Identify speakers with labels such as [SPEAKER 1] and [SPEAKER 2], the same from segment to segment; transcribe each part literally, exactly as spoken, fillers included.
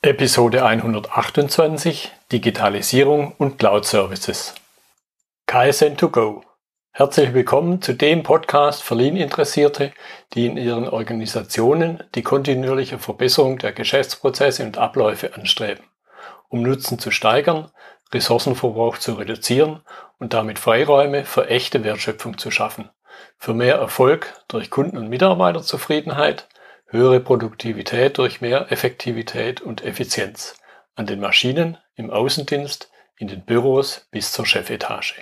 [SPEAKER 1] Episode hundertachtundzwanzig Digitalisierung und Cloud Services. K S N to go. Herzlich willkommen zu dem Podcast für Lean-Interessierte, die in ihren Organisationen die kontinuierliche Verbesserung der Geschäftsprozesse und Abläufe anstreben, um Nutzen zu steigern, Ressourcenverbrauch zu reduzieren und damit Freiräume für echte Wertschöpfung zu schaffen, für mehr Erfolg durch Kunden- und Mitarbeiterzufriedenheit, höhere Produktivität durch mehr Effektivität und Effizienz an den Maschinen, im Außendienst, in den Büros bis zur Chefetage.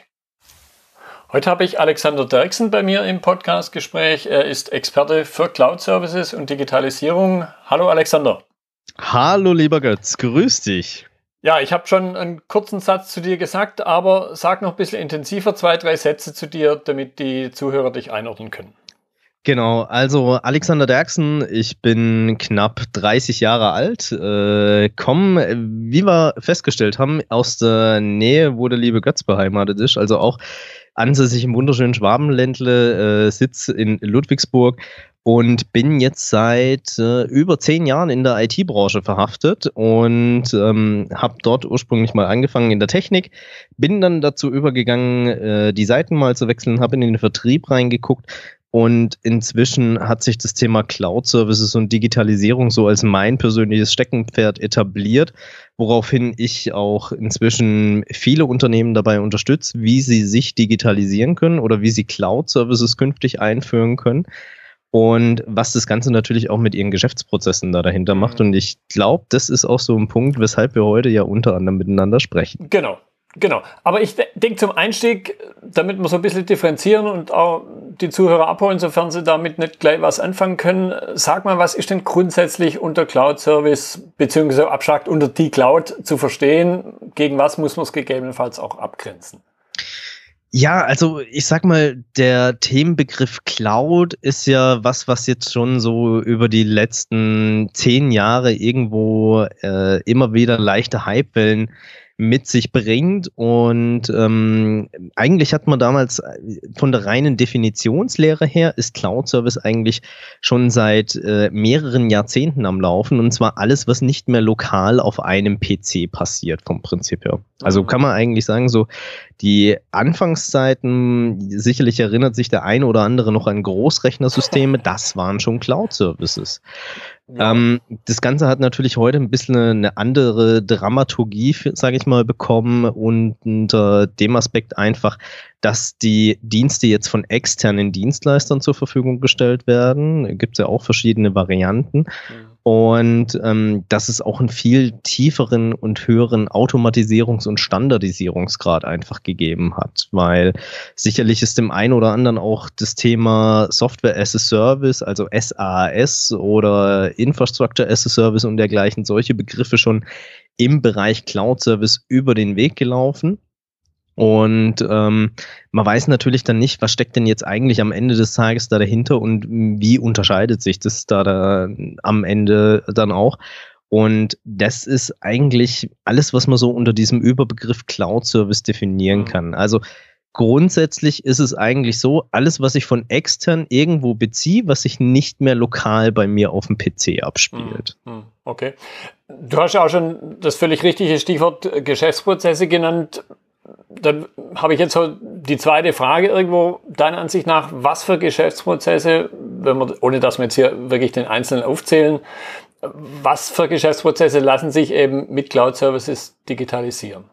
[SPEAKER 1] Heute habe ich Alexander Derksen bei mir im Podcastgespräch. Er ist Experte für Cloud Services und Digitalisierung. Hallo Alexander.
[SPEAKER 2] Hallo lieber Götz, grüß dich.
[SPEAKER 1] Ja, ich habe schon einen kurzen Satz zu dir gesagt, aber sag noch ein bisschen intensiver zwei, drei Sätze zu dir, damit die Zuhörer dich einordnen können.
[SPEAKER 2] Genau, also Alexander Derksen, ich bin knapp dreißig Jahre alt, äh, komme, wie wir festgestellt haben, aus der Nähe, wo der liebe Götz beheimatet ist, also auch ansässig im wunderschönen Schwabenländle, äh, Sitz in Ludwigsburg und bin jetzt seit äh, über zehn Jahren in der I T-Branche verhaftet und ähm, habe dort ursprünglich mal angefangen in der Technik, bin dann dazu übergegangen, äh, die Seiten mal zu wechseln, habe in den Vertrieb reingeguckt. Und inzwischen hat sich das Thema Cloud Services und Digitalisierung so als mein persönliches Steckenpferd etabliert, woraufhin ich auch inzwischen viele Unternehmen dabei unterstütze, wie sie sich digitalisieren können oder wie sie Cloud Services künftig einführen können. Und was das Ganze natürlich auch mit ihren Geschäftsprozessen da dahinter macht. Und ich glaube, das ist auch so ein Punkt, weshalb wir heute ja unter anderem miteinander sprechen.
[SPEAKER 1] Genau. Genau, aber ich denke zum Einstieg, damit wir so ein bisschen differenzieren und auch die Zuhörer abholen, sofern sie damit nicht gleich was anfangen können, sag mal, was ist denn grundsätzlich unter Cloud Service beziehungsweise abstrakt unter die Cloud zu verstehen? Gegen was muss man es gegebenenfalls auch abgrenzen?
[SPEAKER 2] Ja, also ich sag mal, der Themenbegriff Cloud ist ja was, was jetzt schon so über die letzten zehn Jahre irgendwo äh, immer wieder leichte Hypewellen mit sich bringt und ähm, eigentlich hat man damals von der reinen Definitionslehre her ist Cloud Service eigentlich schon seit äh, mehreren Jahrzehnten am Laufen und zwar alles, was nicht mehr lokal auf einem P C passiert vom Prinzip her. Also kann man eigentlich sagen, so die Anfangszeiten, sicherlich erinnert sich der eine oder andere noch an Großrechnersysteme, das waren schon Cloud Services. Ja. Ähm, das Ganze hat natürlich heute ein bisschen eine andere Dramaturgie, sage ich mal, bekommen und unter dem Aspekt einfach, dass die Dienste jetzt von externen Dienstleistern zur Verfügung gestellt werden. Gibt es ja auch verschiedene Varianten. Mhm. Und ähm, dass es auch einen viel tieferen und höheren Automatisierungs- und Standardisierungsgrad einfach gegeben hat, weil sicherlich ist dem einen oder anderen auch das Thema Software as a Service, also S A S oder Infrastructure as a Service und dergleichen, solche Begriffe schon im Bereich Cloud Service über den Weg gelaufen. Und ähm, man weiß natürlich dann nicht, was steckt denn jetzt eigentlich am Ende des Tages da dahinter und wie unterscheidet sich das da, da am Ende dann auch. Und das ist eigentlich alles, was man so unter diesem Überbegriff Cloud Service definieren kann. Also grundsätzlich ist es eigentlich so, alles, was ich von extern irgendwo beziehe, was sich nicht mehr lokal bei mir auf dem P C abspielt.
[SPEAKER 1] Okay. Du hast ja auch schon das völlig richtige Stichwort Geschäftsprozesse genannt. Dann habe ich jetzt so die zweite Frage irgendwo, deiner Ansicht nach, was für Geschäftsprozesse, wenn wir, ohne dass wir jetzt hier wirklich den Einzelnen aufzählen, was für Geschäftsprozesse lassen sich eben mit Cloud Services digitalisieren?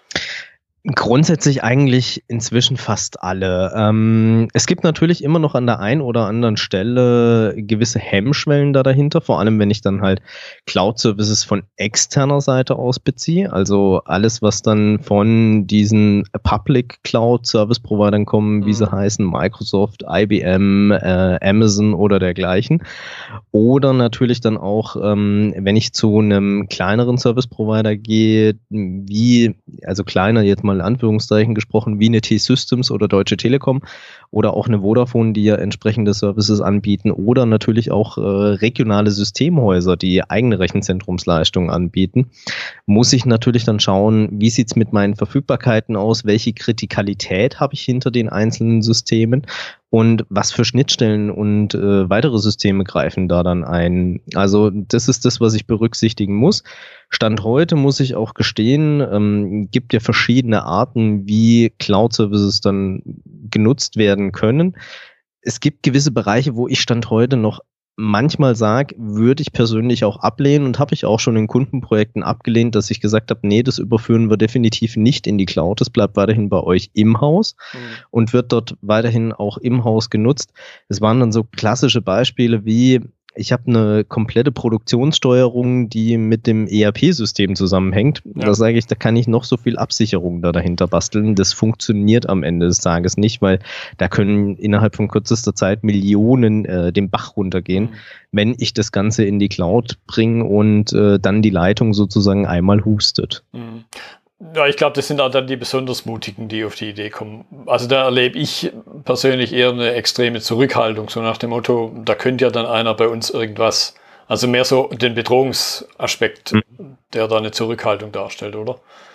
[SPEAKER 2] Grundsätzlich eigentlich inzwischen fast alle. Ähm, es gibt natürlich immer noch an der einen oder anderen Stelle gewisse Hemmschwellen da dahinter, vor allem wenn ich dann halt Cloud-Services von externer Seite aus beziehe, also alles, was dann von diesen Public Cloud-Service-Providern kommen, wie mhm. sie heißen, Microsoft, I B M, äh, Amazon oder dergleichen. Oder natürlich dann auch, ähm, wenn ich zu einem kleineren Service-Provider gehe, wie, also kleiner jetzt mal in Anführungszeichen gesprochen, wie eine T-Systems oder Deutsche Telekom oder auch eine Vodafone, die ja entsprechende Services anbieten oder natürlich auch äh, regionale Systemhäuser, die eigene Rechenzentrumsleistungen anbieten, muss ich natürlich dann schauen, wie sieht es mit meinen Verfügbarkeiten aus, welche Kritikalität habe ich hinter den einzelnen Systemen und was für Schnittstellen und äh, weitere Systeme greifen da dann ein. Also das ist das, was ich berücksichtigen muss. Stand heute muss ich auch gestehen, ähm, gibt ja verschiedene Arten, wie Cloud-Services dann genutzt werden können. Es gibt gewisse Bereiche, wo ich Stand heute noch manchmal sage, würde ich persönlich auch ablehnen und habe ich auch schon in Kundenprojekten abgelehnt, dass ich gesagt habe, nee, das überführen wir definitiv nicht in die Cloud, das bleibt weiterhin bei euch im Haus mhm. und wird dort weiterhin auch im Haus genutzt. Es waren dann so klassische Beispiele wie, ich habe eine komplette Produktionssteuerung, die mit dem E R P-System zusammenhängt. Ja. Da sage ich, da kann ich noch so viel Absicherung da dahinter basteln. Das funktioniert am Ende des Tages nicht, weil da können innerhalb von kürzester Zeit Millionen äh, den Bach runtergehen, mhm. wenn ich das Ganze in die Cloud bringe und äh, dann die Leitung sozusagen einmal hustet.
[SPEAKER 1] Mhm. Ja, ich glaube, das sind auch dann die besonders Mutigen, die auf die Idee kommen. Also da erlebe ich persönlich eher eine extreme Zurückhaltung, so nach dem Motto, da könnte ja dann einer bei uns irgendwas, also mehr so den Bedrohungsaspekt, mhm. der da eine Zurückhaltung darstellt, oder?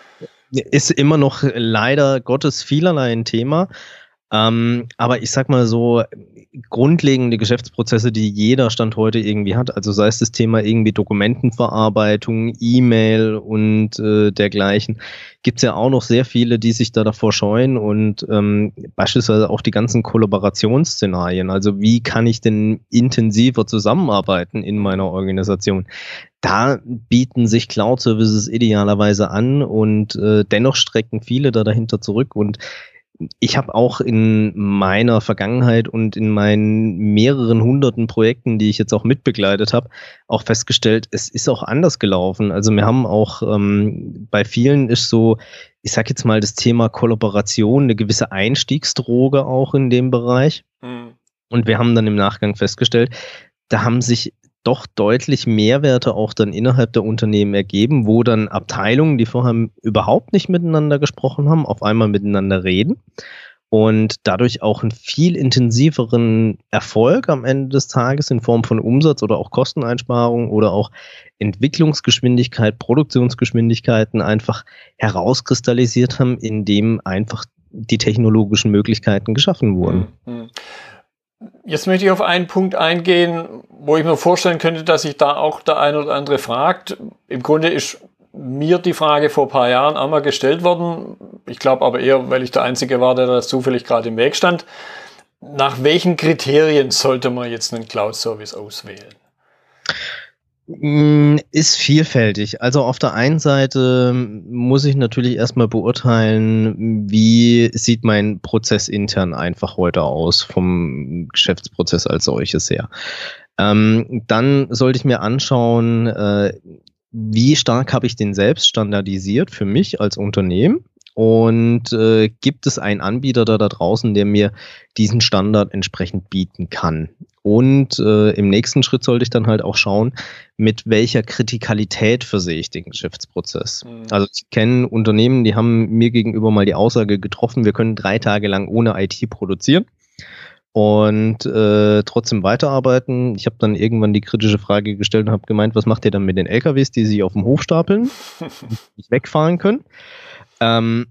[SPEAKER 2] Ist immer noch leider Gottes vielerlei ein Thema. Ähm, aber ich sag mal so, grundlegende Geschäftsprozesse, die jeder Stand heute irgendwie hat, also sei es das Thema irgendwie Dokumentenverarbeitung, E-Mail und äh, dergleichen, gibt's ja auch noch sehr viele, die sich da davor scheuen und ähm, beispielsweise auch die ganzen Kollaborationsszenarien, also wie kann ich denn intensiver zusammenarbeiten in meiner Organisation? Da bieten sich Cloud-Services idealerweise an und äh, dennoch strecken viele da dahinter zurück und ich habe auch in meiner Vergangenheit und in meinen mehreren hunderten Projekten, die ich jetzt auch mitbegleitet habe, auch festgestellt, es ist auch anders gelaufen. Also wir haben auch ähm, bei vielen ist so, ich sag jetzt mal, das Thema Kollaboration, eine gewisse Einstiegsdroge auch in dem Bereich. Mhm. Und wir haben dann im Nachgang festgestellt, da haben sich doch deutlich Mehrwerte auch dann innerhalb der Unternehmen ergeben, wo dann Abteilungen, die vorher überhaupt nicht miteinander gesprochen haben, auf einmal miteinander reden und dadurch auch einen viel intensiveren Erfolg am Ende des Tages in Form von Umsatz oder auch Kosteneinsparungen oder auch Entwicklungsgeschwindigkeit, Produktionsgeschwindigkeiten einfach herauskristallisiert haben, indem einfach die technologischen Möglichkeiten geschaffen wurden.
[SPEAKER 1] Mhm. Jetzt möchte ich auf einen Punkt eingehen, wo ich mir vorstellen könnte, dass sich da auch der ein oder andere fragt. Im Grunde ist mir die Frage vor ein paar Jahren einmal gestellt worden. Ich glaube aber eher, weil ich der Einzige war, der da zufällig gerade im Weg stand. Nach welchen Kriterien sollte man jetzt einen Cloud-Service auswählen?
[SPEAKER 2] Ist vielfältig. Also auf der einen Seite muss ich natürlich erstmal beurteilen, wie sieht mein Prozess intern einfach heute aus, vom Geschäftsprozess als solches her. Ähm, dann sollte ich mir anschauen, äh, wie stark habe ich den selbst standardisiert für mich als Unternehmen. Und äh, gibt es einen Anbieter da, da draußen, der mir diesen Standard entsprechend bieten kann? Und äh, im nächsten Schritt sollte ich dann halt auch schauen, mit welcher Kritikalität versehe ich den Geschäftsprozess. Mhm. Also ich kenne Unternehmen, die haben mir gegenüber mal die Aussage getroffen, wir können drei Tage lang ohne I T produzieren und äh, trotzdem weiterarbeiten. Ich habe dann irgendwann die kritische Frage gestellt und habe gemeint, was macht ihr dann mit den L K Ws, die sich auf dem Hof stapeln, nicht wegfahren können? Ähm,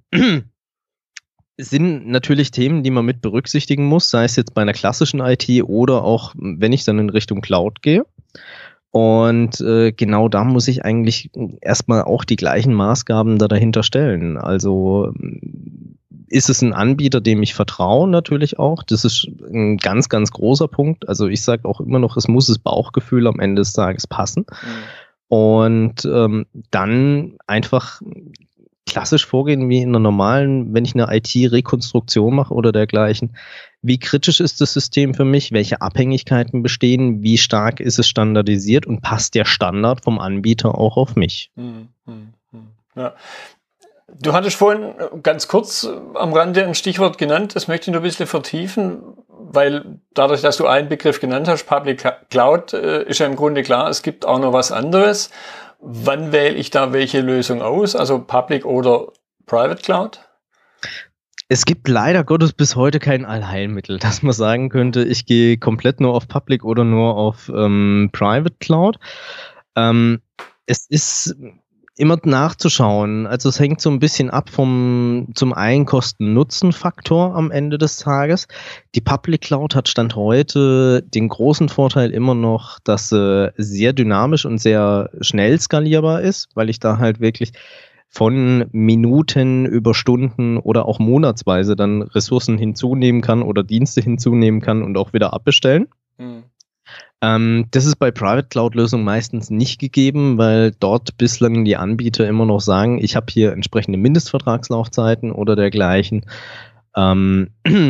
[SPEAKER 2] sind natürlich Themen, die man mit berücksichtigen muss, sei es jetzt bei einer klassischen I T oder auch, wenn ich dann in Richtung Cloud gehe. Und äh, genau da muss ich eigentlich erstmal auch die gleichen Maßgaben da dahinter stellen. Also ist es ein Anbieter, dem ich vertraue natürlich auch. Das ist ein ganz, ganz großer Punkt. Also ich sage auch immer noch, es muss das Bauchgefühl am Ende des Tages passen. Mhm. Und ähm, dann einfach klassisch vorgehen wie in einer normalen, wenn ich eine I T-Rekonstruktion mache oder dergleichen. Wie kritisch ist das System für mich? Welche Abhängigkeiten bestehen? Wie stark ist es standardisiert? Und passt der Standard vom Anbieter auch auf mich?
[SPEAKER 1] Hm, hm, hm. Ja. Du hattest vorhin ganz kurz am Rande ein Stichwort genannt, das möchte ich nur ein bisschen vertiefen, weil dadurch, dass du einen Begriff genannt hast, Public Cloud, ist ja im Grunde klar, es gibt auch noch was anderes. Wann wähle ich da welche Lösung aus? Also Public oder Private Cloud?
[SPEAKER 2] Es gibt leider Gottes bis heute kein Allheilmittel, dass man sagen könnte, ich gehe komplett nur auf Public oder nur auf ähm, Private Cloud. Ähm, es ist immer nachzuschauen. Also es hängt so ein bisschen ab vom zum einen Kosten-Nutzen-Faktor am Ende des Tages. Die Public Cloud hat Stand heute den großen Vorteil immer noch, dass sie sehr dynamisch und sehr schnell skalierbar ist, weil ich da halt wirklich von Minuten über Stunden oder auch monatsweise dann Ressourcen hinzunehmen kann oder Dienste hinzunehmen kann und auch wieder abbestellen. Mhm. Ähm, das ist bei Private Cloud-Lösungen meistens nicht gegeben, weil dort bislang die Anbieter immer noch sagen, ich habe hier entsprechende Mindestvertragslaufzeiten oder dergleichen, ähm,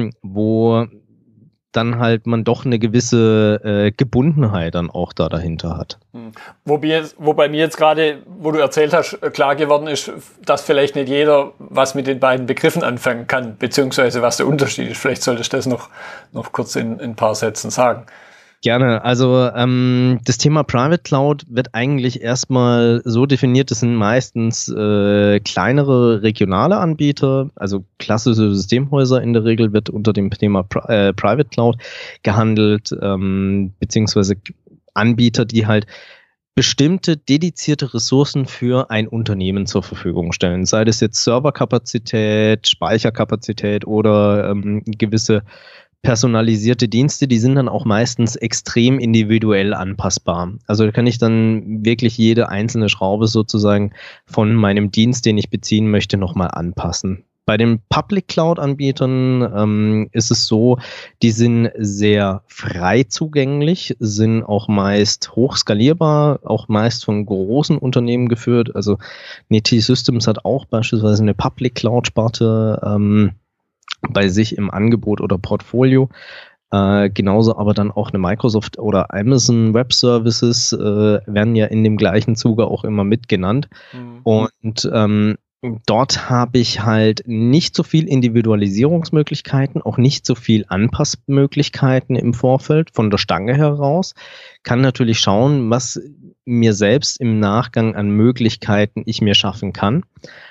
[SPEAKER 2] wo dann halt man doch eine gewisse äh, Gebundenheit dann auch da dahinter hat.
[SPEAKER 1] Hm. Wobei, wobei mir jetzt gerade, wo du erzählt hast, klar geworden ist, dass vielleicht nicht jeder was mit den beiden Begriffen anfangen kann, beziehungsweise was der Unterschied ist. Vielleicht solltest du das noch, noch kurz in, in ein paar Sätzen sagen.
[SPEAKER 2] Gerne. Also ähm, das Thema Private Cloud wird eigentlich erstmal so definiert, das sind meistens äh, kleinere regionale Anbieter, also klassische Systemhäuser in der Regel wird unter dem Thema Pri- äh, Private Cloud gehandelt, ähm, beziehungsweise Anbieter, die halt bestimmte dedizierte Ressourcen für ein Unternehmen zur Verfügung stellen, sei das jetzt Serverkapazität, Speicherkapazität oder ähm, gewisse personalisierte Dienste, die sind dann auch meistens extrem individuell anpassbar. Also da kann ich dann wirklich jede einzelne Schraube sozusagen von meinem Dienst, den ich beziehen möchte, nochmal anpassen. Bei den Public Cloud-Anbietern ähm, ist es so, die sind sehr frei zugänglich, sind auch meist hochskalierbar, auch meist von großen Unternehmen geführt. Also N T Systems hat auch beispielsweise eine Public Cloud-Sparte ähm, bei sich im Angebot oder Portfolio. Äh, genauso aber dann auch eine Microsoft oder Amazon Web Services äh, werden ja in dem gleichen Zuge auch immer mitgenannt. Mhm. Und ähm, dort habe ich halt nicht so viel Individualisierungsmöglichkeiten, auch nicht so viel Anpassmöglichkeiten im Vorfeld von der Stange heraus. Kann natürlich schauen, was mir selbst im Nachgang an Möglichkeiten ich mir schaffen kann.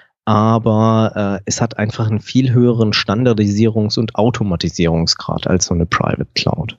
[SPEAKER 2] Aber äh, es hat einfach einen viel höheren Standardisierungs- und Automatisierungsgrad als so eine Private Cloud.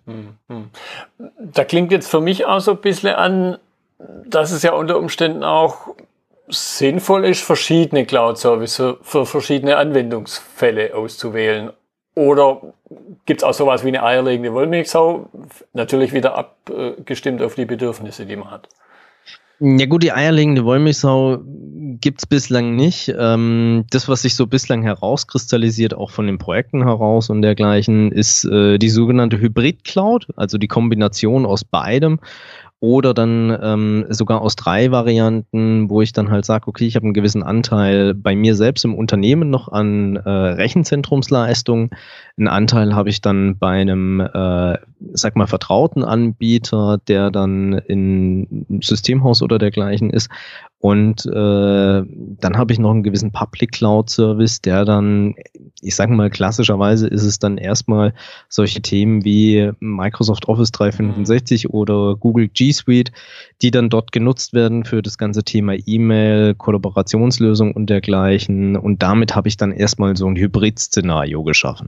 [SPEAKER 1] Da klingt jetzt für mich auch so ein bisschen an, dass es ja unter Umständen auch sinnvoll ist, verschiedene Cloud-Services für verschiedene Anwendungsfälle auszuwählen. Oder gibt es auch sowas wie eine eierlegende Wollmilchsau, natürlich wieder abgestimmt auf die Bedürfnisse, die man hat?
[SPEAKER 2] Ja gut, die eierlegende Wollmilchsau gibt's bislang nicht. Ähm, das, was sich so bislang herauskristallisiert, auch von den Projekten heraus und dergleichen, ist äh, die sogenannte Hybrid-Cloud, also die Kombination aus beidem. Oder dann ähm, sogar aus drei Varianten, wo ich dann halt sage, okay, ich habe einen gewissen Anteil bei mir selbst im Unternehmen noch an äh, Rechenzentrumsleistungen. Einen Anteil habe ich dann bei einem, äh, sag mal, vertrauten Anbieter, der dann in Systemhaus oder dergleichen ist. Und äh, dann habe ich noch einen gewissen Public Cloud Service, der dann, ich sage mal, klassischerweise ist es dann erstmal solche Themen wie Microsoft Office dreihundertfünfundsechzig oder Google G Suite, die dann dort genutzt werden für das ganze Thema E-Mail, Kollaborationslösung und dergleichen. Und damit habe ich dann erstmal so ein Hybrid-Szenario geschaffen.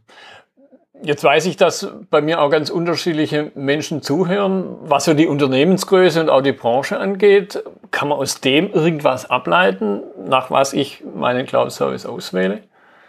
[SPEAKER 1] Jetzt weiß ich, dass bei mir auch ganz unterschiedliche Menschen zuhören. Was so die Unternehmensgröße und auch die Branche angeht, kann man aus dem irgendwas ableiten, nach was ich meinen Cloud-Service auswähle?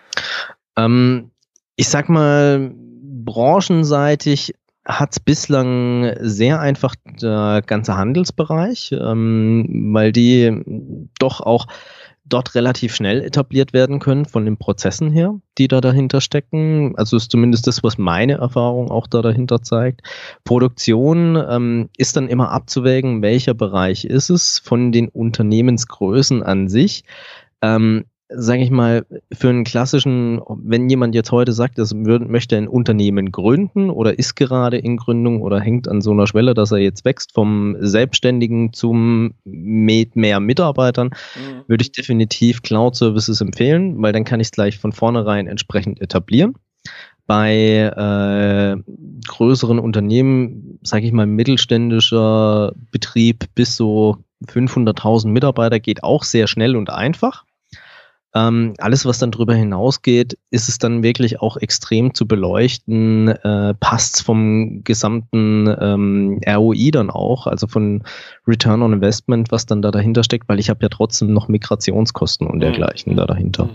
[SPEAKER 2] Ähm, ich sag mal, branchenseitig hat es bislang sehr einfach der ganze Handelsbereich, ähm, weil die doch auch dort relativ schnell etabliert werden können von den Prozessen her, die da dahinter stecken. Also ist zumindest das, was meine Erfahrung auch da dahinter zeigt. Produktion ähm, ist dann immer abzuwägen, welcher Bereich ist es von den Unternehmensgrößen an sich. Ähm, sage ich mal, für einen klassischen, wenn jemand jetzt heute sagt, er möchte ein Unternehmen gründen oder ist gerade in Gründung oder hängt an so einer Schwelle, dass er jetzt wächst vom Selbstständigen zum mit mehr Mitarbeitern, mhm. würde ich definitiv Cloud Services empfehlen, weil dann kann ich es gleich von vornherein entsprechend etablieren. Bei äh, größeren Unternehmen, sage ich mal, mittelständischer Betrieb bis so fünfhunderttausend Mitarbeiter geht auch sehr schnell und einfach. Ähm, alles, was dann drüber hinausgeht, ist es dann wirklich auch extrem zu beleuchten, äh, passt vom gesamten ähm, R O I dann auch, also von Return on Investment, was dann da dahinter steckt, weil ich habe ja trotzdem noch Migrationskosten und dergleichen mhm. da dahinter.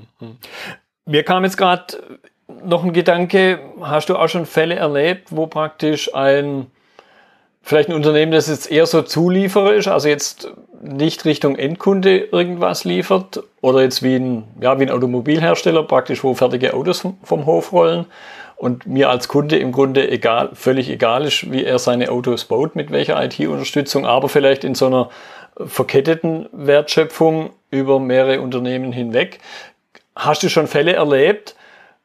[SPEAKER 1] Mir kam jetzt gerade noch ein Gedanke, hast du auch schon Fälle erlebt, wo praktisch ein vielleicht ein Unternehmen, das jetzt eher so Zulieferer ist, also jetzt nicht Richtung Endkunde irgendwas liefert oder jetzt wie ein, ja, wie ein Automobilhersteller praktisch, wo fertige Autos vom, vom Hof rollen und mir als Kunde im Grunde egal, völlig egal ist, wie er seine Autos baut, mit welcher I T-Unterstützung, aber vielleicht in so einer verketteten Wertschöpfung über mehrere Unternehmen hinweg. Hast du schon Fälle erlebt,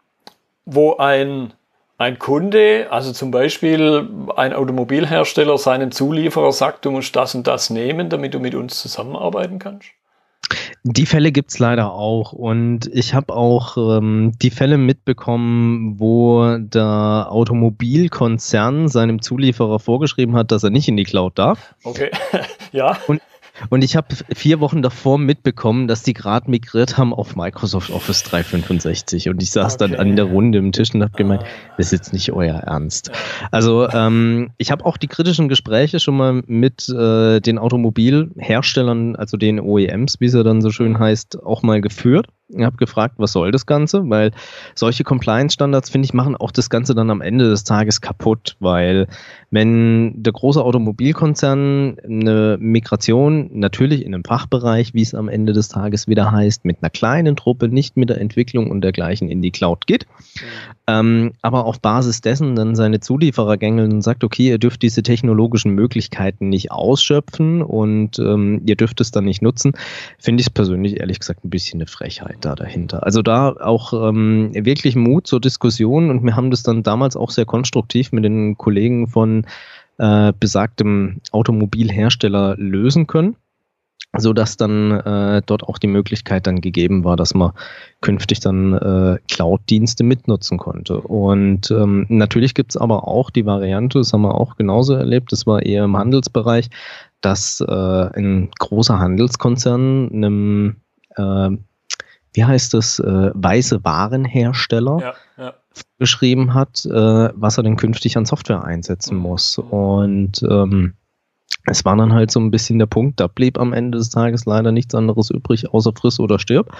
[SPEAKER 1] wo ein Ein Kunde, also zum Beispiel ein Automobilhersteller, seinem Zulieferer sagt, du musst das und das nehmen, damit du mit uns zusammenarbeiten kannst?
[SPEAKER 2] Die Fälle gibt's leider auch und ich habe auch ähm, die Fälle mitbekommen, wo der Automobilkonzern seinem Zulieferer vorgeschrieben hat, dass er nicht in die Cloud darf.
[SPEAKER 1] Okay, ja.
[SPEAKER 2] Und Und ich habe vier Wochen davor mitbekommen, dass die gerade migriert haben auf Microsoft Office dreihundertfünfundsechzig. Und ich saß okay. dann an der Runde im Tisch und habe gemeint, das ist jetzt nicht euer Ernst. Also ähm, ich habe auch die kritischen Gespräche schon mal mit äh, den Automobilherstellern, also den O E Ms, wie es ja dann so schön heißt, auch mal geführt. Ich habe gefragt, was soll das Ganze? Weil solche Compliance-Standards, finde ich, machen auch das Ganze dann am Ende des Tages kaputt. Weil wenn der große Automobilkonzern eine Migration, natürlich in einem Fachbereich, wie es am Ende des Tages wieder heißt, mit einer kleinen Truppe, nicht mit der Entwicklung und dergleichen in die Cloud geht, mhm. ähm, aber auf Basis dessen dann seine Zulieferer gängeln und sagt, okay, ihr dürft diese technologischen Möglichkeiten nicht ausschöpfen und ähm, ihr dürft es dann nicht nutzen, finde ich es persönlich ehrlich gesagt ein bisschen eine Frechheit da dahinter. Also da auch ähm, wirklich Mut zur Diskussion und wir haben das dann damals auch sehr konstruktiv mit den Kollegen von äh, besagtem Automobilhersteller lösen können, sodass dann äh, dort auch die Möglichkeit dann gegeben war, dass man künftig dann äh, Cloud-Dienste mitnutzen konnte. Und ähm, natürlich gibt es aber auch die Variante, das haben wir auch genauso erlebt, das war eher im Handelsbereich, dass äh, ein großer Handelskonzern einem äh, wie heißt das, äh, weiße Warenhersteller ja, ja. geschrieben hat, äh, was er denn künftig an Software einsetzen mhm. muss. Und ähm, es war dann halt so ein bisschen der Punkt, da blieb am Ende des Tages leider nichts anderes übrig, außer friss oder stirb. Mhm.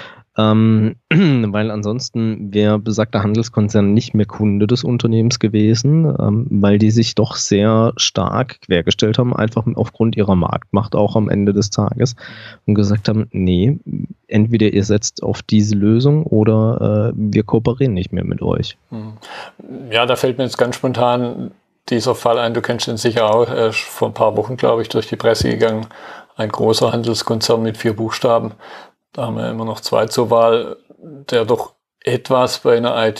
[SPEAKER 2] Ähm, weil ansonsten wäre besagter Handelskonzern nicht mehr Kunde des Unternehmens gewesen, ähm, weil die sich doch sehr stark quergestellt haben, einfach aufgrund ihrer Marktmacht auch am Ende des Tages und gesagt haben, nee, entweder ihr setzt auf diese Lösung oder äh, wir kooperieren nicht mehr mit euch.
[SPEAKER 1] Ja, da fällt mir jetzt ganz spontan dieser Fall ein, du kennst den sicher auch, er ist vor ein paar Wochen, glaube ich, durch die Presse gegangen, ein großer Handelskonzern mit vier Buchstaben. Da haben wir immer noch zwei zur Wahl, der doch etwas bei einer I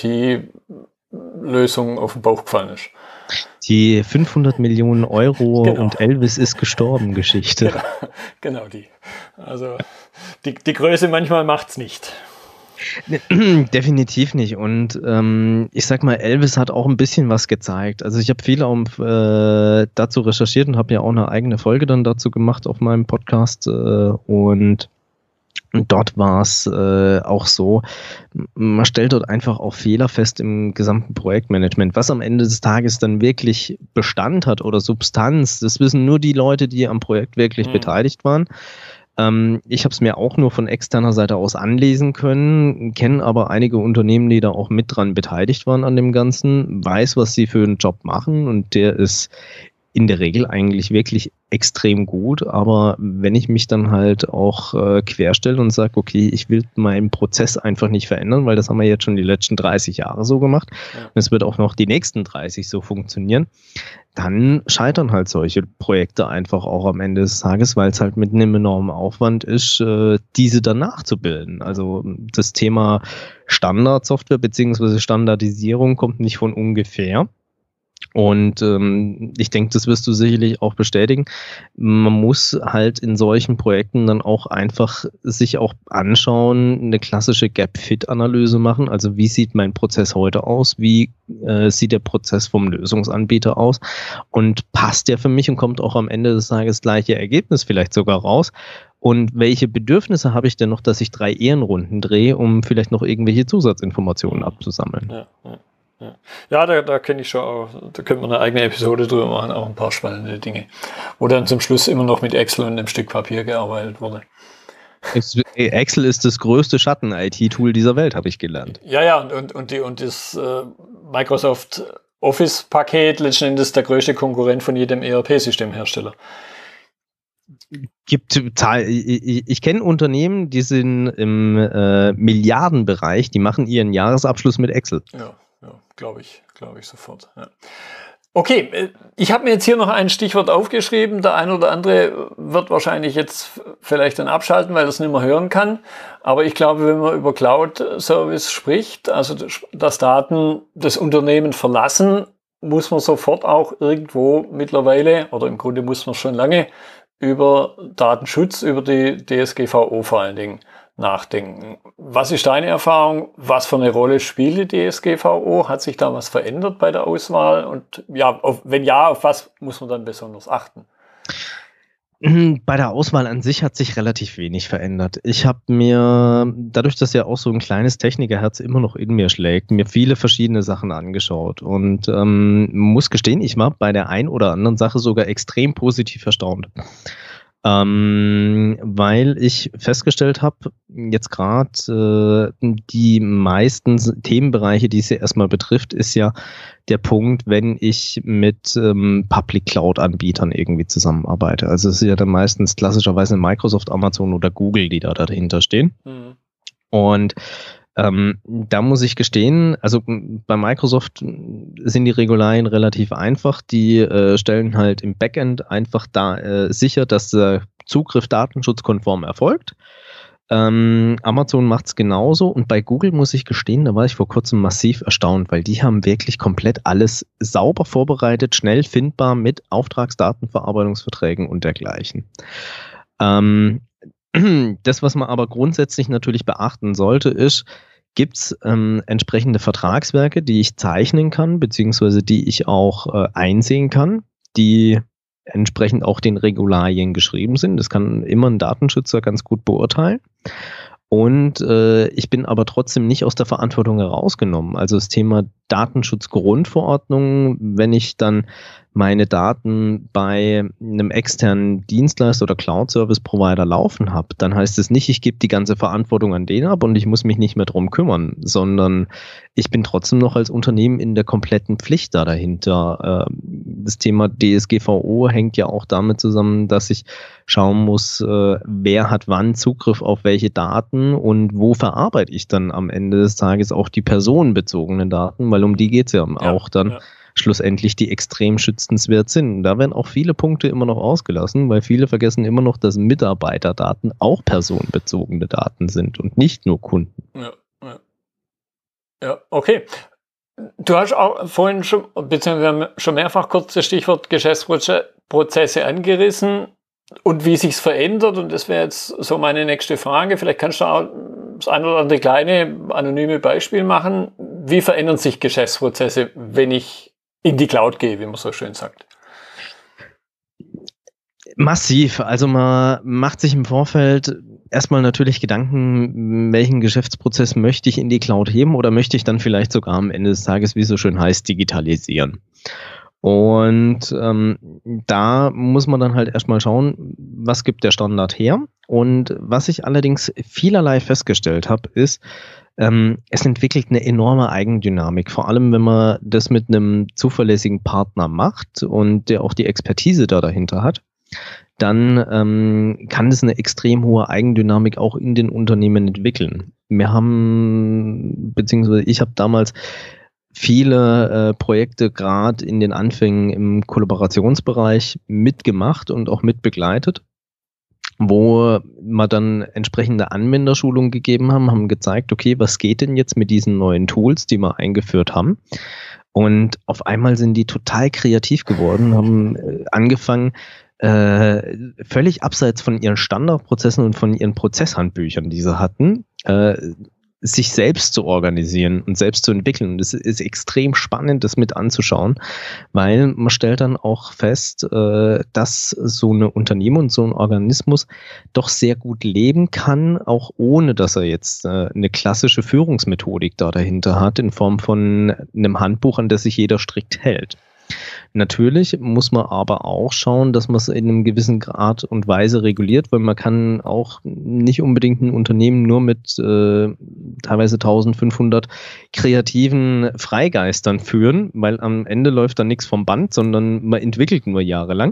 [SPEAKER 1] T-Lösung auf den Bauch gefallen ist.
[SPEAKER 2] Die fünfhundert Millionen Euro
[SPEAKER 1] genau.
[SPEAKER 2] und Elvis ist gestorben Geschichte.
[SPEAKER 1] Genau, genau die. Also die, die Größe manchmal macht's nicht.
[SPEAKER 2] Definitiv nicht. Und ähm, ich sag mal, Elvis hat auch ein bisschen was gezeigt. Also ich habe viel auch, äh, dazu recherchiert und habe ja auch eine eigene Folge dann dazu gemacht auf meinem Podcast. Äh, und Und dort war es äh, auch so, man stellt dort einfach auch Fehler fest im gesamten Projektmanagement. Was am Ende des Tages dann wirklich Bestand hat oder Substanz, das wissen nur die Leute, die am Projekt wirklich mhm. beteiligt waren. Ähm, ich habe es mir auch nur von externer Seite aus anlesen können, kenne aber einige Unternehmen, die da auch mit dran beteiligt waren an dem Ganzen, weiß, was sie für einen Job machen und der ist in der Regel eigentlich wirklich extrem gut, aber wenn ich mich dann halt auch äh, querstelle und sage, okay, ich will meinen Prozess einfach nicht verändern, weil das haben wir jetzt schon die letzten dreißig Jahre so gemacht ja. und es wird auch noch die nächsten dreißig so funktionieren, dann scheitern halt solche Projekte einfach auch am Ende des Tages, weil es halt mit einem enormen Aufwand ist, äh, diese dann nachzubilden. Also das Thema Standardsoftware beziehungsweise Standardisierung kommt nicht von ungefähr. Und ähm, ich denke, das wirst du sicherlich auch bestätigen. Man muss halt in solchen Projekten dann auch einfach sich auch anschauen, eine klassische Gap-Fit-Analyse machen. Also wie sieht mein Prozess heute aus? Wie äh, sieht der Prozess vom Lösungsanbieter aus? Und passt der für mich und kommt auch am Ende des Tages das gleiche Ergebnis vielleicht sogar raus? Und welche Bedürfnisse habe ich denn noch, dass ich drei Ehrenrunden drehe, um vielleicht noch irgendwelche Zusatzinformationen abzusammeln?
[SPEAKER 1] Ja, ja. Ja, ja da, da kenne ich schon auch, da könnte man eine eigene Episode drüber machen, auch ein paar spannende Dinge, wo dann zum Schluss immer noch mit Excel und einem Stück Papier gearbeitet wurde.
[SPEAKER 2] Excel ist das größte Schatten-I T-Tool dieser Welt, habe ich gelernt.
[SPEAKER 1] Ja, ja, und, und, und, die, und das äh, Microsoft Office-Paket letzten Endes der größte Konkurrent von jedem E R P-Systemhersteller.
[SPEAKER 2] Gibt ich, ich kenne Unternehmen, die sind im äh, Milliardenbereich, die machen ihren Jahresabschluss mit Excel.
[SPEAKER 1] Ja. Ja, glaube ich, glaube ich sofort. Ja. Okay, ich habe mir jetzt hier noch ein Stichwort aufgeschrieben. Der ein oder andere wird wahrscheinlich jetzt vielleicht dann abschalten, weil er es nicht mehr hören kann. Aber ich glaube, wenn man über Cloud-Service spricht, also dass Daten das Unternehmen verlassen, muss man sofort auch irgendwo mittlerweile, oder im Grunde muss man schon lange, über Datenschutz, über die D S G V O vor allen Dingen nachdenken. Was ist deine Erfahrung? Was für eine Rolle spielt die D S G V O? Hat sich da was verändert bei der Auswahl? Und ja, auf, wenn ja, auf was muss man dann besonders achten?
[SPEAKER 2] Bei der Auswahl an sich hat sich relativ wenig verändert. Ich habe mir, dadurch, dass ja auch so ein kleines Technikerherz immer noch in mir schlägt, mir viele verschiedene Sachen angeschaut und ähm, muss gestehen, ich war bei der ein oder anderen Sache sogar extrem positiv erstaunt. Ähm, weil ich festgestellt habe, jetzt gerade äh, die meisten Themenbereiche, die es ja erstmal betrifft, ist ja der Punkt, wenn ich mit ähm, Public Cloud Anbietern irgendwie zusammenarbeite. Also es ist ja dann meistens klassischerweise Microsoft, Amazon oder Google, die da dahinter stehen. Mhm. Und Ähm, da muss ich gestehen, also bei Microsoft sind die Regularien relativ einfach. Die äh, stellen halt im Backend einfach da äh, sicher, dass der Zugriff datenschutzkonform erfolgt. Ähm, Amazon macht es genauso und bei Google muss ich gestehen, da war ich vor kurzem massiv erstaunt, weil die haben wirklich komplett alles sauber vorbereitet, schnell findbar mit Auftragsdatenverarbeitungsverträgen und dergleichen. Ähm, Das, was man aber grundsätzlich natürlich beachten sollte, ist, gibt es ähm, entsprechende Vertragswerke, die ich zeichnen kann, beziehungsweise die ich auch äh, einsehen kann, die entsprechend auch den Regularien geschrieben sind. Das kann immer ein Datenschützer ganz gut beurteilen. Und äh, ich bin aber trotzdem nicht aus der Verantwortung herausgenommen. Also das Thema Datenschutzgrundverordnung, wenn ich dann meine Daten bei einem externen Dienstleister oder Cloud-Service-Provider laufen habe, dann heißt es nicht, ich gebe die ganze Verantwortung an den ab und ich muss mich nicht mehr drum kümmern, sondern ich bin trotzdem noch als Unternehmen in der kompletten Pflicht da dahinter. Das Thema D S G V O hängt ja auch damit zusammen, dass ich schauen muss, wer hat wann Zugriff auf welche Daten und wo verarbeite ich dann am Ende des Tages auch die personenbezogenen Daten, weil um die geht es ja, ja auch dann. Ja. Schlussendlich die extrem schützenswert sind. Da werden auch viele Punkte immer noch ausgelassen, weil viele vergessen immer noch, dass Mitarbeiterdaten auch personenbezogene Daten sind und nicht nur Kunden.
[SPEAKER 1] Ja, ja. Ja, okay. Du hast auch vorhin schon, beziehungsweise wir haben schon mehrfach kurz das Stichwort Geschäftsprozesse angerissen und wie sich's verändert. Und das wäre jetzt so meine nächste Frage. Vielleicht kannst du auch das ein oder andere kleine anonyme Beispiel machen. Wie verändern sich Geschäftsprozesse, wenn ich in die Cloud gehe, wie man so schön sagt?
[SPEAKER 2] Massiv. Also man macht sich im Vorfeld erstmal natürlich Gedanken, welchen Geschäftsprozess möchte ich in die Cloud heben oder möchte ich dann vielleicht sogar am Ende des Tages, wie es so schön heißt, digitalisieren. Und ähm, da muss man dann halt erstmal schauen, was gibt der Standard her. Und was ich allerdings vielerlei festgestellt habe, ist, ähm, es entwickelt eine enorme Eigendynamik. Vor allem, wenn man das mit einem zuverlässigen Partner macht und der auch die Expertise da dahinter hat, dann ähm, kann es eine extrem hohe Eigendynamik auch in den Unternehmen entwickeln. Wir haben, beziehungsweise ich habe damals viele äh, Projekte gerade in den Anfängen im Kollaborationsbereich mitgemacht und auch mitbegleitet. wo wir dann entsprechende Anwenderschulungen gegeben haben, haben gezeigt, okay, was geht denn jetzt mit diesen neuen Tools, die wir eingeführt haben? Und auf einmal sind die total kreativ geworden, haben äh, angefangen, äh, völlig abseits von ihren Standardprozessen und von ihren Prozesshandbüchern, die sie hatten, äh, sich selbst zu organisieren und selbst zu entwickeln. Und es ist extrem spannend, das mit anzuschauen, weil man stellt dann auch fest, äh, dass so eine Unternehmen und so ein Organismus doch sehr gut leben kann, auch ohne, dass er jetzt äh, eine klassische Führungsmethodik da dahinter hat, in Form von einem Handbuch, an das sich jeder strikt hält. Natürlich muss man aber auch schauen, dass man es in einem gewissen Grad und Weise reguliert, weil man kann auch nicht unbedingt ein Unternehmen nur mit äh, teilweise eintausendfünfhundert kreativen Freigeistern führen, weil am Ende läuft dann nichts vom Band, sondern man entwickelt nur jahrelang.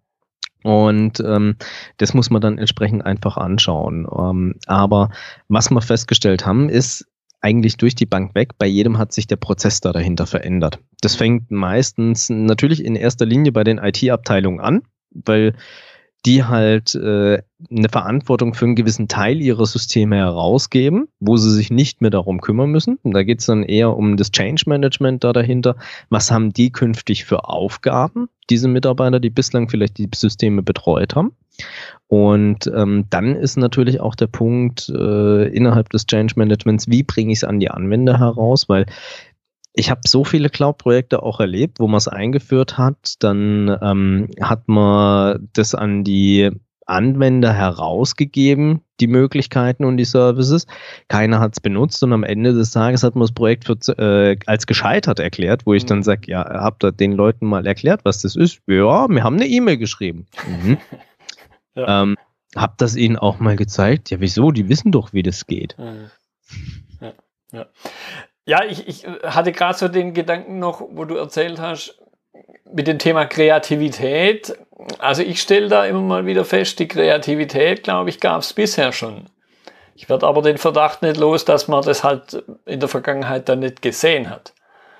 [SPEAKER 2] Und ähm, das muss man dann entsprechend einfach anschauen. Ähm, aber was wir festgestellt haben, ist, eigentlich durch die Bank weg, bei jedem hat sich der Prozess da dahinter verändert. Das fängt meistens natürlich in erster Linie bei den I T-Abteilungen an, weil die halt äh, eine Verantwortung für einen gewissen Teil ihrer Systeme herausgeben, wo sie sich nicht mehr darum kümmern müssen. Und da geht es dann eher um das Change Management da dahinter. Was haben die künftig für Aufgaben, diese Mitarbeiter, die bislang vielleicht die Systeme betreut haben? Und ähm, dann ist natürlich auch der Punkt äh, innerhalb des Change Managements, wie bringe ich es an die Anwender heraus, weil ich habe so viele Cloud-Projekte auch erlebt, wo man es eingeführt hat, dann ähm, hat man das an die Anwender herausgegeben, die Möglichkeiten und die Services. Keiner hat es benutzt und am Ende des Tages hat man das Projekt für, äh, als gescheitert erklärt, wo ich dann sage, ja, habt ihr den Leuten mal erklärt, was das ist? Ja, wir haben eine E-Mail geschrieben. Mhm. Ja. Ähm, hab das ihnen auch mal gezeigt. Ja, wieso? Die wissen doch, wie das geht.
[SPEAKER 1] Ja, ja. ja ich, ich hatte gerade so den Gedanken noch, wo du erzählt hast, mit dem Thema Kreativität. Also ich stelle da immer mal wieder fest, die Kreativität, glaube ich, gab es bisher schon. Ich werde aber den Verdacht nicht los, dass man das halt in der Vergangenheit dann nicht gesehen hat.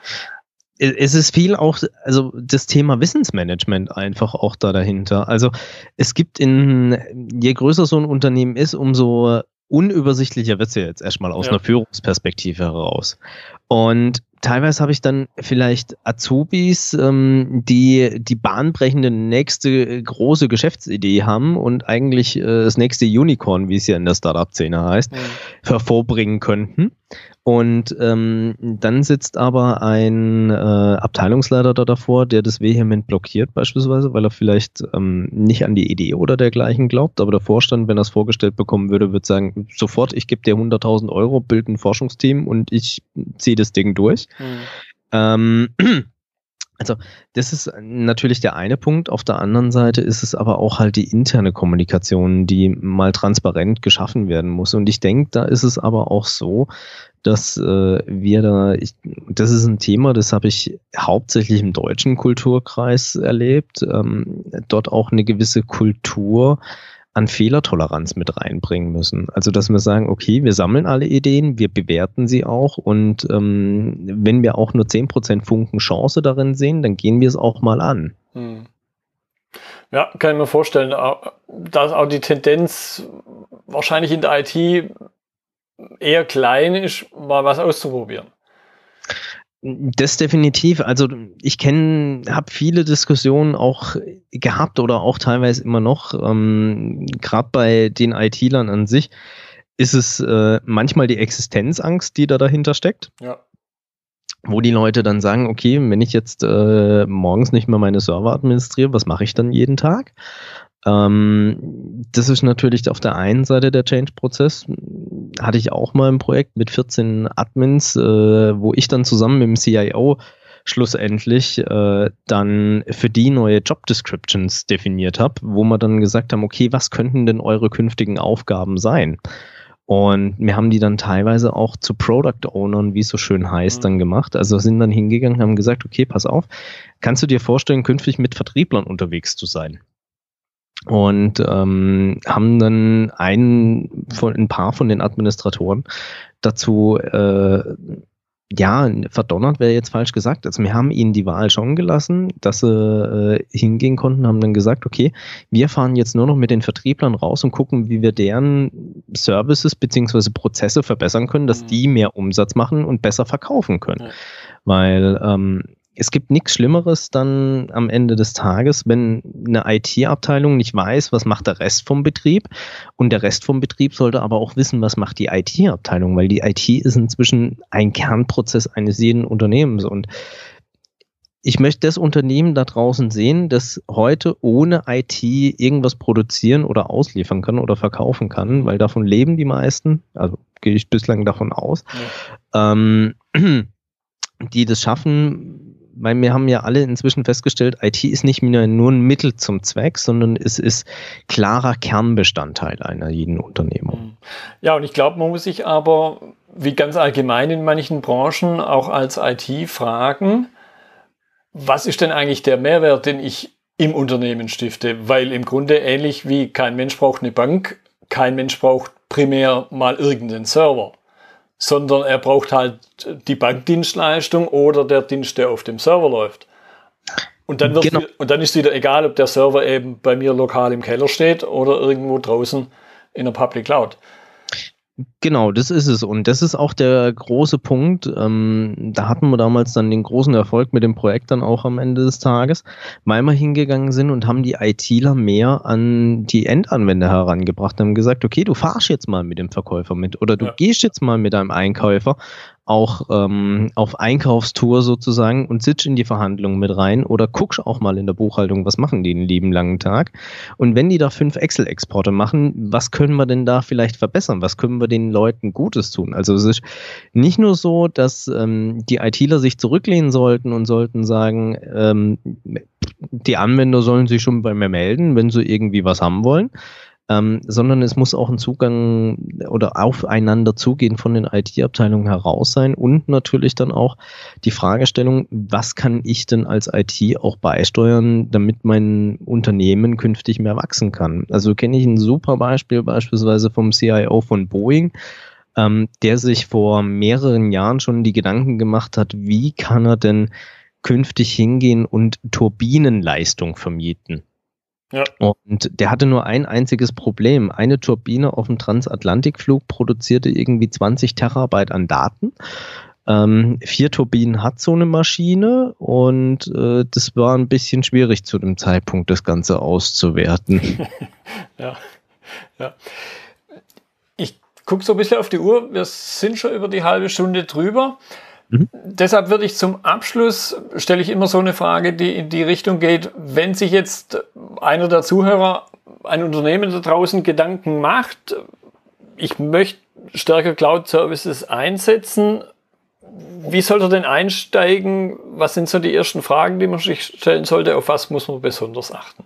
[SPEAKER 2] Es ist viel auch, also das Thema Wissensmanagement einfach auch da dahinter. Also es gibt in, je größer so ein Unternehmen ist, umso unübersichtlicher wird es ja jetzt erstmal aus ja. einer Führungsperspektive heraus. Und teilweise habe ich dann vielleicht Azubis, ähm, die die bahnbrechende nächste große Geschäftsidee haben und eigentlich äh, das nächste Unicorn, wie es ja in der Startup-Szene heißt, mhm. hervorbringen könnten. Und ähm, dann sitzt aber ein äh, Abteilungsleiter da davor, der das vehement blockiert beispielsweise, weil er vielleicht ähm, nicht an die Idee oder dergleichen glaubt, aber der Vorstand, wenn er es vorgestellt bekommen würde, würde sagen, sofort, ich gebe dir hunderttausend Euro, bild ein Forschungsteam und ich ziehe das Ding durch. Mhm. Ähm, also das ist natürlich der eine Punkt. Auf der anderen Seite ist es aber auch halt die interne Kommunikation, die mal transparent geschaffen werden muss. Und ich denke, da ist es aber auch so, dass äh, wir da, ich, das ist ein Thema, das habe ich hauptsächlich im deutschen Kulturkreis erlebt, ähm, dort auch eine gewisse Kultur an Fehlertoleranz mit reinbringen müssen. Also, dass wir sagen, okay, wir sammeln alle Ideen, wir bewerten sie auch und ähm, wenn wir auch nur zehn Prozent Funken Chance darin sehen, dann gehen wir es auch mal an. Hm.
[SPEAKER 1] Ja, kann ich mir vorstellen, dass auch die Tendenz wahrscheinlich in der I T eher klein ist, mal was auszuprobieren.
[SPEAKER 2] Das definitiv. Also ich kenne, habe viele Diskussionen auch gehabt oder auch teilweise immer noch, ähm, gerade bei den I T-Lern an sich, ist es äh, manchmal die Existenzangst, die da dahinter steckt. Ja. Wo die Leute dann sagen, okay, wenn ich jetzt äh, morgens nicht mehr meine Server administriere, was mache ich dann jeden Tag? Ähm, das ist natürlich auf der einen Seite der Change-Prozess. Hatte ich auch mal ein Projekt mit vierzehn Admins, äh, wo ich dann zusammen mit dem C I O schlussendlich äh, dann für die neue Job Descriptions definiert habe, wo wir dann gesagt haben, okay, was könnten denn eure künftigen Aufgaben sein? Und wir haben die dann teilweise auch zu Product Ownern, wie es so schön heißt, dann gemacht. Also sind dann hingegangen, haben gesagt, okay, pass auf, kannst du dir vorstellen, künftig mit Vertrieblern unterwegs zu sein? Und ähm, haben dann einen von, ein paar von den Administratoren dazu äh, ja, verdonnert wäre jetzt falsch gesagt. Also wir haben ihnen die Wahl schon gelassen, dass sie äh, hingehen konnten, haben dann gesagt, okay, wir fahren jetzt nur noch mit den Vertrieblern raus und gucken, wie wir deren Services beziehungsweise Prozesse verbessern können, dass mhm. die mehr Umsatz machen und besser verkaufen können. Ja. Weil ähm, es gibt nichts Schlimmeres dann am Ende des Tages, wenn eine I T-Abteilung nicht weiß, was macht der Rest vom Betrieb, und der Rest vom Betrieb sollte aber auch wissen, was macht die I T-Abteilung, weil die I T ist inzwischen ein Kernprozess eines jeden Unternehmens, und ich möchte das Unternehmen da draußen sehen, das heute ohne I T irgendwas produzieren oder ausliefern kann oder verkaufen kann, weil davon leben die meisten, also gehe ich bislang davon aus, ja. ähm, die das schaffen, weil wir haben ja alle inzwischen festgestellt, I T ist nicht mehr nur ein Mittel zum Zweck, sondern es ist klarer Kernbestandteil einer jeden Unternehmung.
[SPEAKER 1] Ja, und ich glaube, man muss sich aber, wie ganz allgemein in manchen Branchen, auch als I T fragen, was ist denn eigentlich der Mehrwert, den ich im Unternehmen stifte? Weil im Grunde ähnlich wie kein Mensch braucht eine Bank, kein Mensch braucht primär mal irgendeinen Server, sondern er braucht halt die Bankdienstleistung oder der Dienst, der auf dem Server läuft. Und dann, genau. wieder, und dann ist wieder egal, ob der Server eben bei mir lokal im Keller steht oder irgendwo draußen in der Public Cloud.
[SPEAKER 2] Genau, das ist es. Und das ist auch der große Punkt. Ähm, da hatten wir damals dann den großen Erfolg mit dem Projekt dann auch am Ende des Tages, weil wir hingegangen sind und haben die ITler mehr an die Endanwender herangebracht, haben gesagt, okay, du fahrst jetzt mal mit dem Verkäufer mit oder du ja. gehst jetzt mal mit deinem Einkäufer auch ähm, auf Einkaufstour sozusagen und sitzt in die Verhandlungen mit rein oder guckst auch mal in der Buchhaltung, was machen die den lieben langen Tag. Und wenn die da fünf Excel-Exporte machen, was können wir denn da vielleicht verbessern? Was können wir den Leuten Gutes tun? Also es ist nicht nur so, dass ähm, die ITler sich zurücklehnen sollten und sollten sagen, ähm, die Anwender sollen sich schon bei mir melden, wenn sie irgendwie was haben wollen. Ähm, sondern es muss auch ein Zugang oder aufeinander zugehen von den I T-Abteilungen heraus sein und natürlich dann auch die Fragestellung, was kann ich denn als I T auch beisteuern, damit mein Unternehmen künftig mehr wachsen kann. Also kenne ich ein super Beispiel beispielsweise vom C I O von Boeing, ähm, der sich vor mehreren Jahren schon die Gedanken gemacht hat, wie kann er denn künftig hingehen und Turbinenleistung vermieten. Ja. Und der hatte nur ein einziges Problem. Eine Turbine auf dem Transatlantikflug produzierte irgendwie zwanzig Terabyte an Daten. Ähm, vier Turbinen hat so eine Maschine und äh, das war ein bisschen schwierig zu dem Zeitpunkt, das Ganze auszuwerten.
[SPEAKER 1] ja, ja. Ich gucke so ein bisschen auf die Uhr. Wir sind schon über die halbe Stunde drüber. Mhm. Deshalb würde ich zum Abschluss, stelle ich immer so eine Frage, die in die Richtung geht, wenn sich jetzt einer der Zuhörer, ein Unternehmen da draußen Gedanken macht, ich möchte stärker Cloud-Services einsetzen, wie soll er denn einsteigen? Was sind so die ersten Fragen, die man sich stellen sollte? Auf was muss man besonders achten?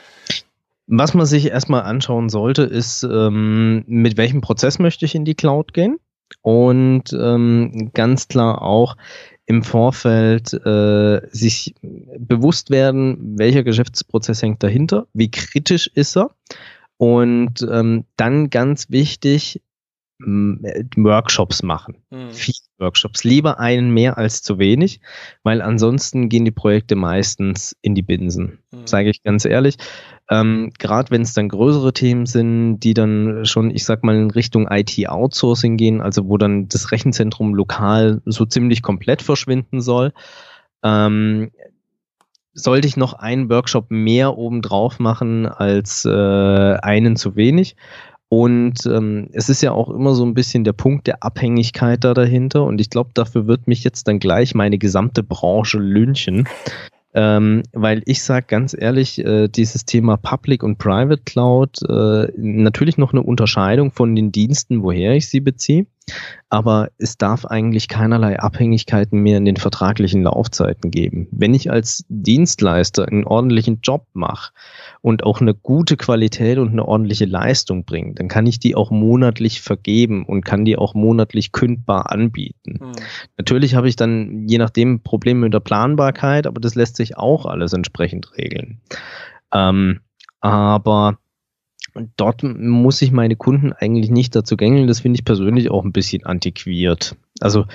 [SPEAKER 2] Was man sich erstmal anschauen sollte, ist, ähm, mit welchem Prozess möchte ich in die Cloud gehen? Und ähm, ganz klar auch im Vorfeld äh, sich bewusst werden, welcher Geschäftsprozess hängt dahinter, wie kritisch ist er und ähm, dann ganz wichtig, Workshops machen. Mhm. Viele Workshops. Lieber einen mehr als zu wenig, weil ansonsten gehen die Projekte meistens in die Binsen. Mhm. Sage ich ganz ehrlich. Ähm, Gerade wenn es dann größere Themen sind, die dann schon, ich sag mal, in Richtung I T-Outsourcing gehen, also wo dann das Rechenzentrum lokal so ziemlich komplett verschwinden soll, ähm, sollte ich noch einen Workshop mehr obendrauf machen als äh, einen zu wenig. Und ähm, es ist ja auch immer so ein bisschen der Punkt der Abhängigkeit da dahinter. Und ich glaube, dafür wird mich jetzt dann gleich meine gesamte Branche lynchen. Ähm, weil ich sage ganz ehrlich, äh, dieses Thema Public und Private Cloud, äh, natürlich noch eine Unterscheidung von den Diensten, woher ich sie beziehe. Aber es darf eigentlich keinerlei Abhängigkeiten mehr in den vertraglichen Laufzeiten geben. Wenn ich als Dienstleister einen ordentlichen Job mache und auch eine gute Qualität und eine ordentliche Leistung bringe, dann kann ich die auch monatlich vergeben und kann die auch monatlich kündbar anbieten. Mhm. Natürlich habe ich dann je nachdem Probleme mit der Planbarkeit, aber das lässt sich auch alles entsprechend regeln. Ähm, aber Und dort muss ich meine Kunden eigentlich nicht dazu gängeln. Das finde ich persönlich auch ein bisschen antiquiert. Also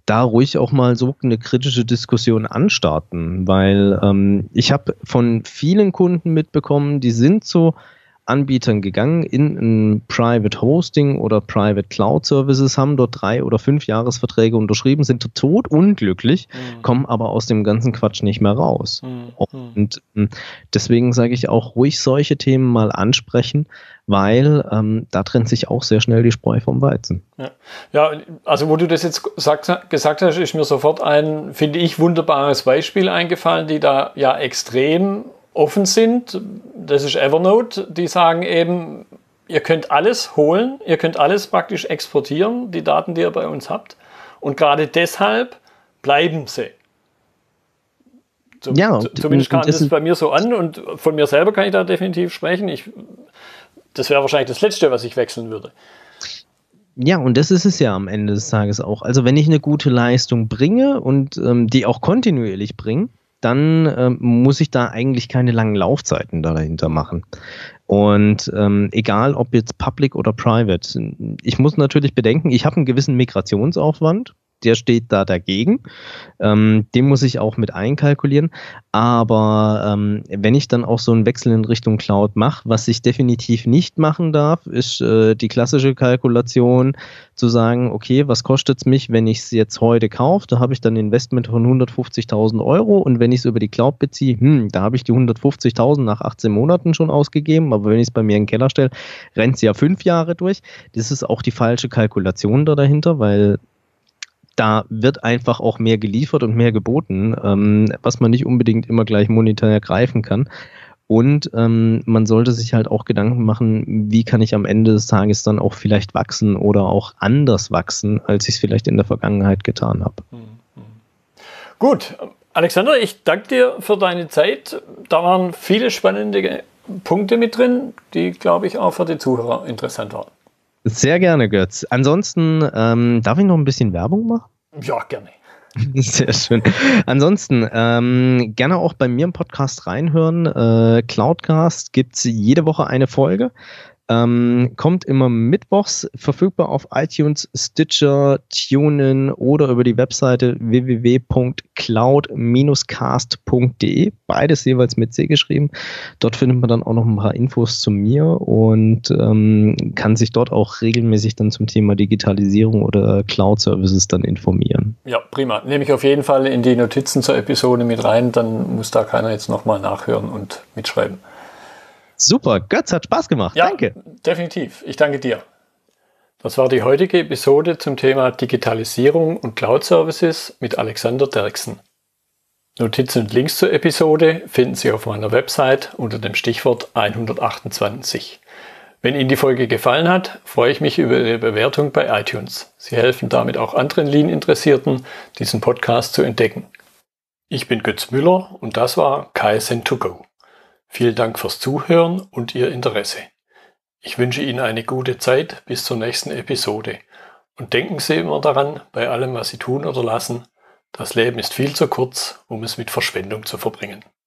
[SPEAKER 2] da ruhig auch mal so eine kritische Diskussion anstarten, weil ähm, ich habe von vielen Kunden mitbekommen, die sind so Anbietern gegangen in ein Private Hosting oder Private Cloud Services, haben dort drei oder fünf Jahresverträge unterschrieben, sind tot unglücklich, mhm. kommen aber aus dem ganzen Quatsch nicht mehr raus. Mhm. Und ähm, deswegen sage ich auch, ruhig solche Themen mal ansprechen, weil ähm, da trennt sich auch sehr schnell die Spreu vom Weizen.
[SPEAKER 1] Ja, ja, also wo du das jetzt gesagt, gesagt hast, ist mir sofort ein, finde ich, wunderbares Beispiel eingefallen, die da ja extrem offen sind. Das ist Evernote, die sagen eben, ihr könnt alles holen, ihr könnt alles praktisch exportieren, die Daten, die ihr bei uns habt. Und gerade deshalb bleiben sie. So,
[SPEAKER 2] ja,
[SPEAKER 1] zumindest kam das, das bei mir so an und von mir selber kann ich da definitiv sprechen. Ich, das wäre wahrscheinlich das Letzte, was ich wechseln würde.
[SPEAKER 2] Ja, und das ist es ja am Ende des Tages auch. Also wenn ich eine gute Leistung bringe und ähm, die auch kontinuierlich bringe, dann ähm, muss ich da eigentlich keine langen Laufzeiten dahinter machen. Und ähm, egal, ob jetzt Public oder Private, ich muss natürlich bedenken, ich habe einen gewissen Migrationsaufwand, der steht da dagegen. Ähm, den muss ich auch mit einkalkulieren. Aber ähm, wenn ich dann auch so einen Wechsel in Richtung Cloud mache, was ich definitiv nicht machen darf, ist äh, die klassische Kalkulation zu sagen, okay, was kostet es mich, wenn ich es jetzt heute kaufe? Da habe ich dann ein Investment von hundertfünfzigtausend Euro und wenn ich es über die Cloud beziehe, hm, da habe ich die hundertfünfzigtausend nach achtzehn Monaten schon ausgegeben, aber wenn ich es bei mir in den Keller stelle, rennt es ja fünf Jahre durch. Das ist auch die falsche Kalkulation da dahinter, weil da wird einfach auch mehr geliefert und mehr geboten, ähm, was man nicht unbedingt immer gleich monetär greifen kann. Und ähm, man sollte sich halt auch Gedanken machen, wie kann ich am Ende des Tages dann auch vielleicht wachsen oder auch anders wachsen, als ich es vielleicht in der Vergangenheit getan habe.
[SPEAKER 1] Gut, Alexander, ich danke dir für deine Zeit. Da waren viele spannende Punkte mit drin, die, glaube ich, auch für die Zuhörer interessant waren.
[SPEAKER 2] Sehr gerne, Götz. Ansonsten, ähm, darf ich noch ein bisschen Werbung machen?
[SPEAKER 1] Ja, gerne.
[SPEAKER 2] Sehr schön. Ansonsten, ähm, gerne auch bei mir im Podcast reinhören. Äh, Cloudcast gibt es jede Woche eine Folge. Ähm, kommt immer mittwochs, verfügbar auf iTunes, Stitcher, TuneIn oder über die Webseite w w w punkt cloud dash cast punkt d e. Beides jeweils mit C geschrieben. Dort findet man dann auch noch ein paar Infos zu mir und ähm, kann sich dort auch regelmäßig dann zum Thema Digitalisierung oder Cloud-Services dann informieren.
[SPEAKER 1] Ja, prima. Nehme ich auf jeden Fall in die Notizen zur Episode mit rein, dann muss da keiner jetzt nochmal nachhören und mitschreiben.
[SPEAKER 2] Super, Götz, hat Spaß gemacht.
[SPEAKER 1] Ja,
[SPEAKER 2] danke.
[SPEAKER 1] Definitiv. Ich danke dir. Das war die heutige Episode zum Thema Digitalisierung und Cloud Services mit Alexander Derksen. Notizen und Links zur Episode finden Sie auf meiner Website unter dem Stichwort hundertachtundzwanzig. Wenn Ihnen die Folge gefallen hat, freue ich mich über Ihre Bewertung bei iTunes. Sie helfen damit auch anderen Lean-Interessierten, diesen Podcast zu entdecken. Ich bin Götz Müller und das war K S N to go. Vielen Dank fürs Zuhören und Ihr Interesse. Ich wünsche Ihnen eine gute Zeit bis zur nächsten Episode. Und denken Sie immer daran, bei allem, was Sie tun oder lassen, das Leben ist viel zu kurz, um es mit Verschwendung zu verbringen.